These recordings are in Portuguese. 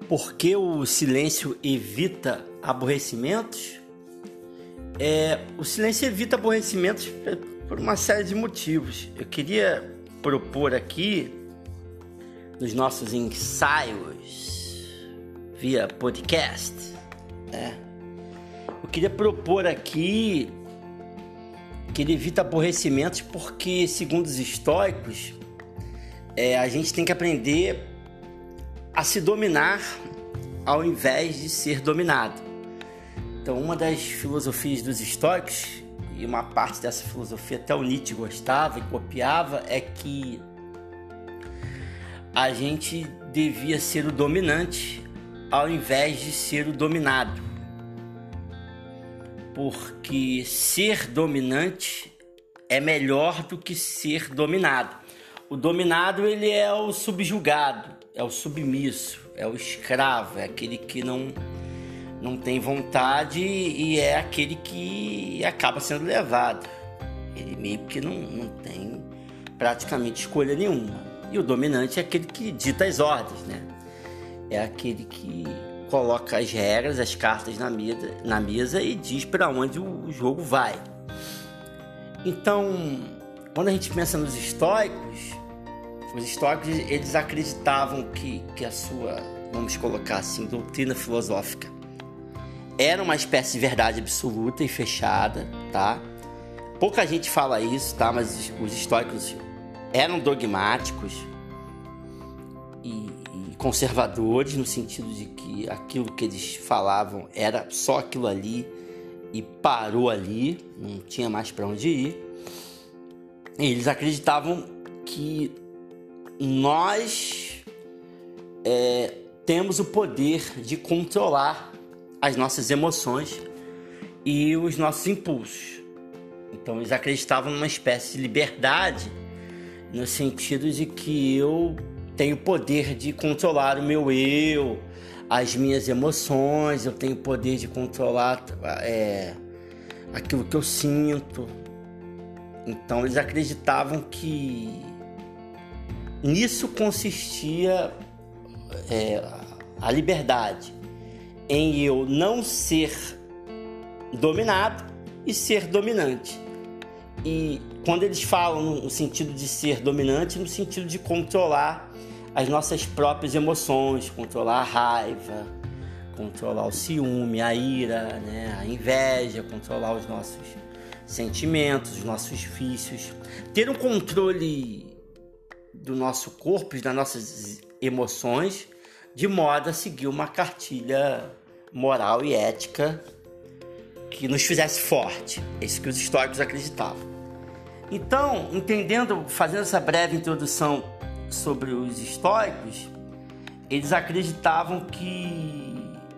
Por que o silêncio evita aborrecimentos? O silêncio evita aborrecimentos por uma série de motivos. Eu queria propor aqui, nos nossos ensaios via podcast, eu queria propor aqui que ele evita aborrecimentos porque, segundo os estoicos, a gente tem que aprender a se dominar ao invés de ser dominado. Então, uma das filosofias dos estoicos, e uma parte dessa filosofia até o Nietzsche gostava e copiava, é que a gente devia ser o dominante ao invés de ser o dominado. Porque ser dominante é melhor do que ser dominado. O dominado, ele é o subjugado, é o submisso, é o escravo, é aquele que não tem vontade e é aquele que acaba sendo levado. Ele meio que não tem praticamente escolha nenhuma. E o dominante é aquele que dita as ordens, né? É aquele que coloca as regras, as cartas na mesa e diz para onde o jogo vai. Então, quando a gente pensa nos estoicos, os estoicos eles acreditavam que a sua, vamos colocar assim, doutrina filosófica era uma espécie de verdade absoluta e fechada, tá? Pouca gente fala isso, tá? Mas os estoicos eram dogmáticos e conservadores, no sentido de que aquilo que eles falavam era só aquilo ali e parou ali, não tinha mais para onde ir. E eles acreditavam que nós temos o poder de controlar as nossas emoções e os nossos impulsos. Então eles acreditavam numa espécie de liberdade, no sentido de que eu tenho o poder de controlar o meu eu, as minhas emoções, eu tenho o poder de controlar aquilo que eu sinto. Então eles acreditavam que nisso consistia a liberdade, em eu não ser dominado e ser dominante. E quando eles falam no sentido de ser dominante, no sentido de controlar as nossas próprias emoções, controlar a raiva, controlar o ciúme, a ira, né? A inveja, controlar os nossos sentimentos, os nossos vícios, ter um controle do nosso corpo e das nossas emoções, de modo a seguir uma cartilha moral e ética que nos fizesse forte. É isso que os estoicos acreditavam. Então, fazendo essa breve introdução sobre os estoicos, eles acreditavam que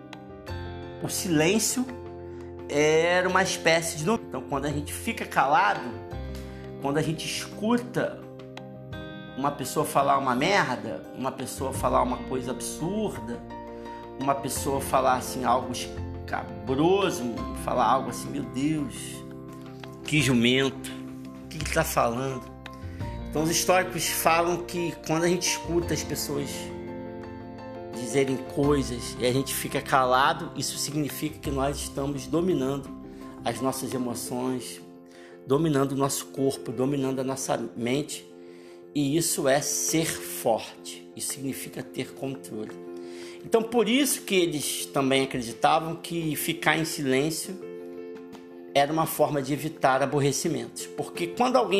o silêncio era uma espécie de... Então, quando a gente fica calado, quando a gente escuta uma pessoa falar uma merda, uma pessoa falar uma coisa absurda, uma pessoa falar assim algo escabroso, falar algo assim, meu Deus, que jumento, o que ele está falando? Então os estoicos falam que quando a gente escuta as pessoas dizerem coisas e a gente fica calado, isso significa que nós estamos dominando as nossas emoções, dominando o nosso corpo, dominando a nossa mente. E isso é ser forte, isso significa ter controle. Então, por isso que eles também acreditavam que ficar em silêncio era uma forma de evitar aborrecimentos. Porque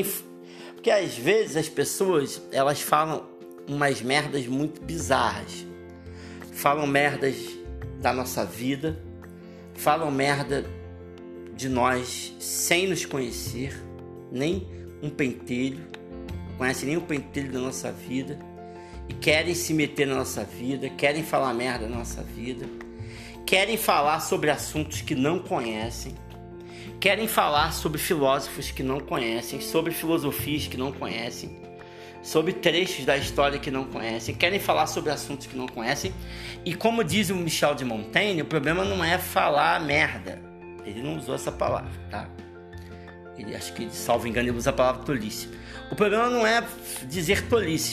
às vezes as pessoas, elas falam umas merdas muito bizarras. Falam merdas da nossa vida, falam merda de nós sem nos conhecer, nem um pentelho. Conhecem nem o pentelho da nossa vida e querem se meter na nossa vida, querem falar merda na nossa vida, querem falar sobre assuntos que não conhecem, querem falar sobre filósofos que não conhecem, sobre filosofias que não conhecem, sobre trechos da história que não conhecem, querem falar sobre assuntos que não conhecem. E como diz o Michel de Montaigne, o problema não é falar merda. Ele não usou essa palavra, tá? Acho que, salvo engano, ele usa a palavra tolice. O problema não é dizer tolices.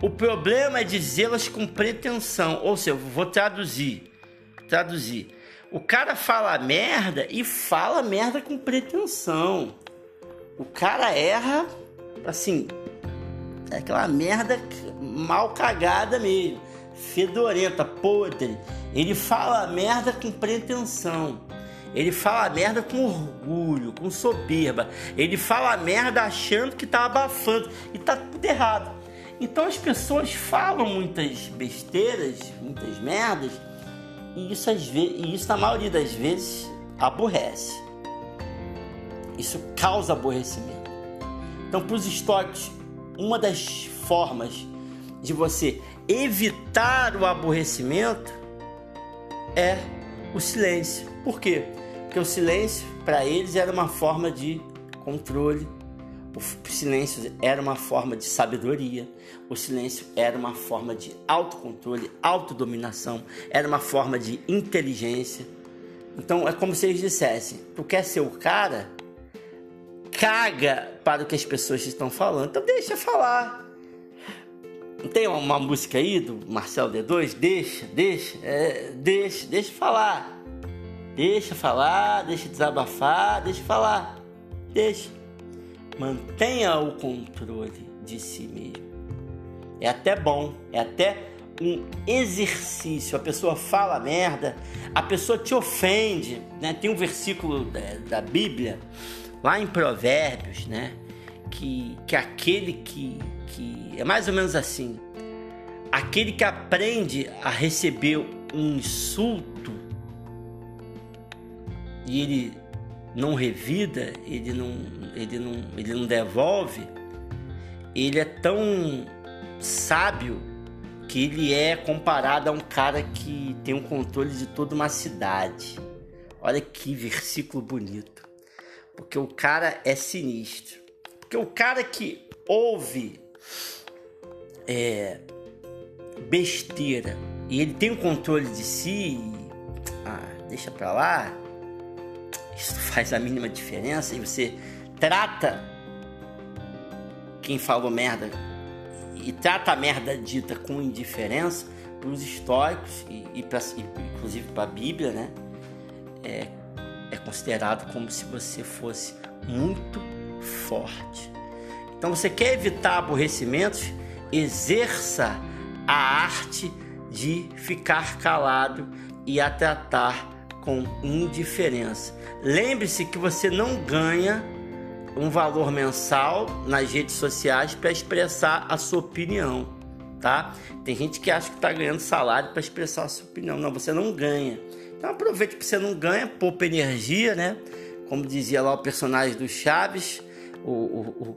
O problema é dizê-las com pretensão. Ou seja, eu vou traduzir. O cara fala merda e fala merda com pretensão. O cara erra, assim, é aquela merda mal cagada mesmo, fedorenta, podre. Ele fala merda com pretensão. Ele fala merda com orgulho, com soberba. Ele fala merda achando que tá abafando. E tá tudo errado. Então as pessoas falam muitas besteiras, muitas merdas. E isso na maioria das vezes aborrece. Isso causa aborrecimento. Então, para os estoicos, uma das formas de você evitar o aborrecimento é o silêncio. Por quê? Porque o silêncio, para eles, era uma forma de controle. O silêncio era uma forma de sabedoria. O silêncio era uma forma de autocontrole, autodominação. Era uma forma de inteligência. Então, é como se eles dissessem: tu quer ser o cara? Caga para o que as pessoas estão falando. Então, deixa falar. Não tem uma música aí do Marcelo D2? Deixa falar. Deixa falar, deixa desabafar, deixa falar. Deixa. Mantenha o controle de si mesmo. É até bom, é até um exercício. A pessoa fala merda, a pessoa te ofende, né? Tem um versículo da Bíblia, lá em Provérbios, né? Que aquele que é mais ou menos assim: aquele que aprende a receber um insulto e ele não revida, ele não devolve, ele é tão sábio que ele é comparado a um cara que tem um controle de toda uma cidade. Olha que versículo bonito. Porque o cara é sinistro. Porque o cara que ouve besteira e ele tem um controle de si, deixa pra lá, isso faz a mínima diferença, e você trata quem falou merda e trata a merda dita com indiferença. Para os estoicos e inclusive para a Bíblia, né? É considerado como se você fosse muito forte. Então, você quer evitar aborrecimentos? Exerça a arte de ficar calado e a tratar com indiferença. Lembre-se que você não ganha um valor mensal nas redes sociais para expressar a sua opinião, tá? Tem gente que acha que está ganhando salário para expressar a sua opinião. Não, você não ganha. Então aproveite que você não ganha, poupa energia, né? Como dizia lá o personagem do Chaves, o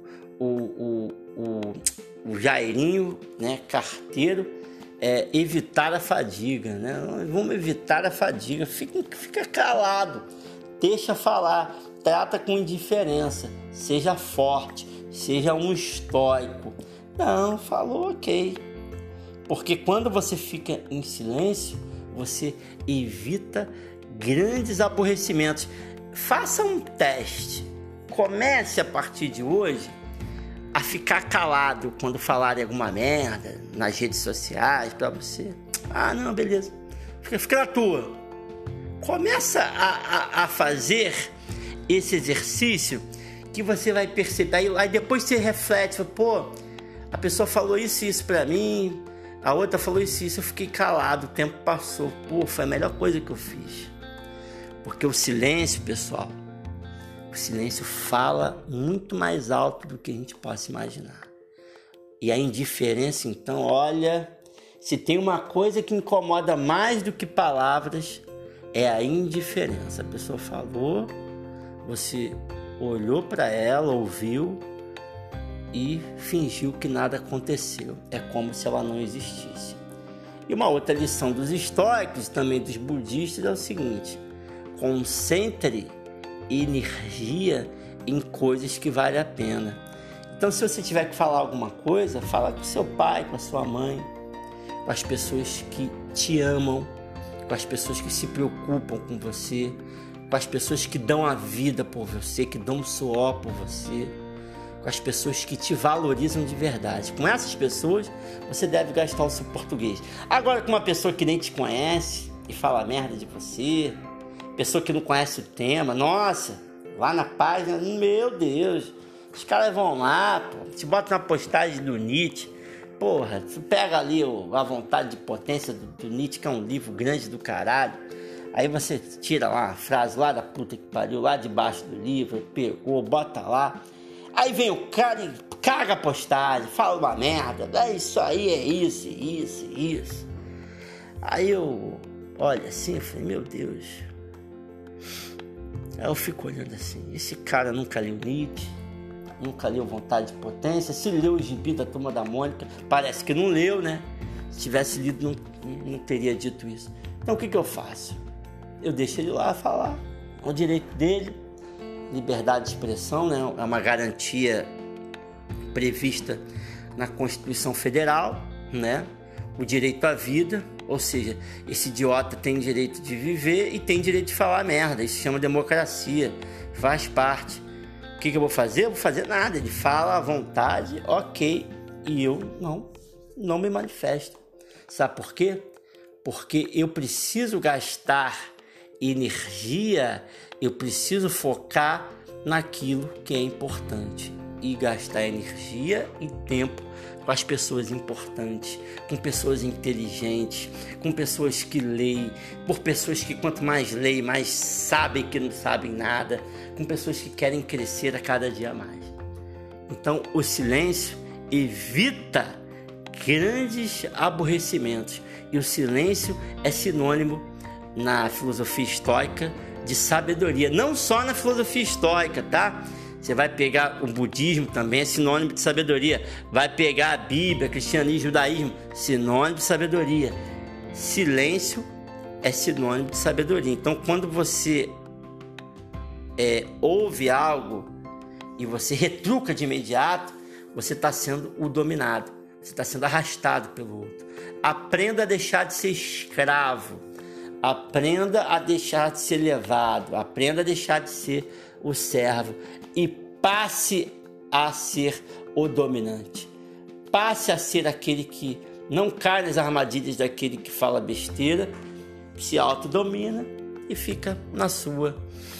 Jairinho, né? Carteiro, evitar a fadiga, né? Vamos evitar a fadiga. Fica calado, deixa falar, trata com indiferença, seja forte, seja um estoico. Não, falou, ok. Porque quando você fica em silêncio, você evita grandes aborrecimentos. Faça um teste. Comece a partir de hoje a ficar calado quando falarem alguma merda nas redes sociais para você. Não, beleza. Fica na tua. Começa a fazer esse exercício que você vai perceber. Aí depois você reflete, pô, a pessoa falou isso pra mim, a outra falou isso, eu fiquei calado, o tempo passou. Pô, foi a melhor coisa que eu fiz. Porque o silêncio, pessoal, o silêncio fala muito mais alto do que a gente possa imaginar. E a indiferença, então, olha, se tem uma coisa que incomoda mais do que palavras, é a indiferença. A pessoa falou, você olhou para ela, ouviu e fingiu que nada aconteceu. É como se ela não existisse. E uma outra lição dos estoicos, também dos budistas, é o seguinte: concentre energia em coisas que valem a pena. Então, se você tiver que falar alguma coisa, fala com seu pai, com a sua mãe, com as pessoas que te amam, com as pessoas que se preocupam com você, com as pessoas que dão a vida por você, que dão suor por você, com com as pessoas que te valorizam de verdade. Com essas pessoas, você deve gastar o seu português. Agora, com uma pessoa que nem te conhece e fala merda de você, pessoa que não conhece o tema, nossa, lá na página, meu Deus, os caras vão lá, pô, te botam na postagem do Nietzsche, porra, tu pega ali A Vontade de Potência do Nietzsche, que é um livro grande do caralho, aí você tira lá uma frase lá da puta que pariu, lá debaixo do livro, pegou, bota lá, aí vem o cara e caga a postagem, fala uma merda, é isso aí, é isso. Aí eu olho assim, eu falei, meu Deus. Aí eu fico olhando assim, esse cara nunca leu Nietzsche, nunca leu Vontade de Potência, se leu o gibi da Turma da Mônica, parece que não leu, né? Se tivesse lido, não teria dito isso. Então o que eu faço? Eu deixo ele lá falar, é o direito dele, liberdade de expressão, né? É uma garantia prevista na Constituição Federal, né? O direito à vida, ou seja, esse idiota tem direito de viver e tem direito de falar merda. Isso se chama democracia, faz parte. O que eu vou fazer? Eu vou fazer nada. Ele fala à vontade, ok, e eu não me manifesto. Sabe por quê? Porque eu preciso gastar energia, eu preciso focar naquilo que é importante e gastar energia e tempo com as pessoas importantes, com pessoas inteligentes, com pessoas que leem, por pessoas que quanto mais leem, mais sabem que não sabem nada, com pessoas que querem crescer a cada dia mais. Então, o silêncio evita grandes aborrecimentos e o silêncio é sinônimo na filosofia estoica de sabedoria, não só na filosofia estoica, tá? Você vai pegar o budismo também, é sinônimo de sabedoria. Vai pegar a Bíblia, cristianismo, judaísmo, sinônimo de sabedoria. Silêncio é sinônimo de sabedoria. Então, quando você ouve algo e você retruca de imediato, você está sendo o dominado. Você está sendo arrastado pelo outro. Aprenda a deixar de ser escravo. Aprenda a deixar de ser levado. Aprenda a deixar de ser o servo e passe a ser o dominante. Passe a ser aquele que não cai nas armadilhas daquele que fala besteira, se autodomina e fica na sua.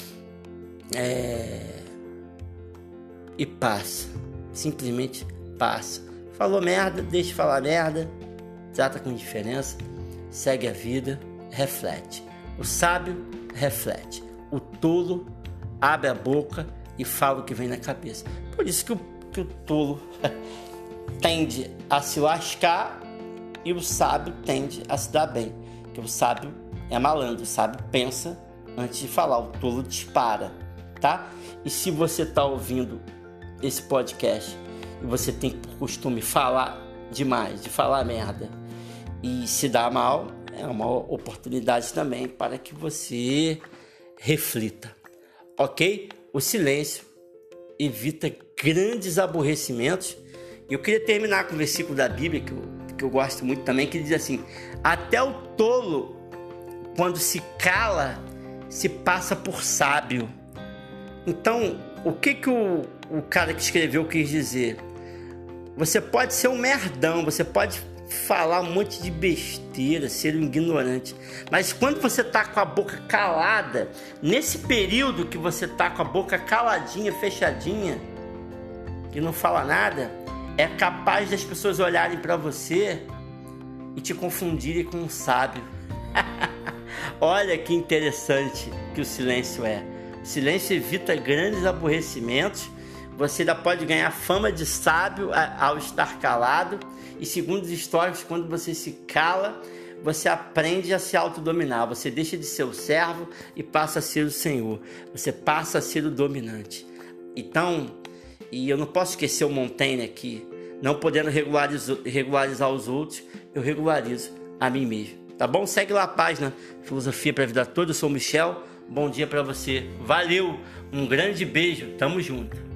E passa. Simplesmente passa. Falou merda, deixa de falar merda, trata com indiferença, segue a vida, reflete. O sábio reflete. O tolo abre a boca e fala o que vem na cabeça. Por isso que o tolo tende a se lascar e o sábio tende a se dar bem. Porque o sábio é malandro, o sábio pensa antes de falar, o tolo dispara, tá? E se você está ouvindo esse podcast e você tem por costume falar demais, de falar merda e se dar mal, é uma oportunidade também para que você reflita. Ok? O silêncio evita grandes aborrecimentos. Eu queria terminar com um versículo da Bíblia que eu gosto muito também, que diz assim: até o tolo, quando se cala, se passa por sábio. Então, o que o cara que escreveu quis dizer? Você pode ser um merdão, você pode falar um monte de besteira, ser um ignorante, mas quando você tá com a boca calada, nesse período que você tá com a boca caladinha, fechadinha, que não fala nada, é capaz das pessoas olharem para você e te confundirem com um sábio. Olha que interessante que o silêncio é. O silêncio evita grandes aborrecimentos. Você ainda pode ganhar fama de sábio ao estar calado. E segundo os históricos, quando você se cala, você aprende a se autodominar. Você deixa de ser o servo e passa a ser o senhor. Você passa a ser o dominante. Então, e eu não posso esquecer o Montaigne aqui. Não podendo regularizar os outros, eu regularizo a mim mesmo. Tá bom? Segue lá a página Filosofia para a Vida Toda. Eu sou o Michel. Bom dia para você. Valeu. Um grande beijo. Tamo junto.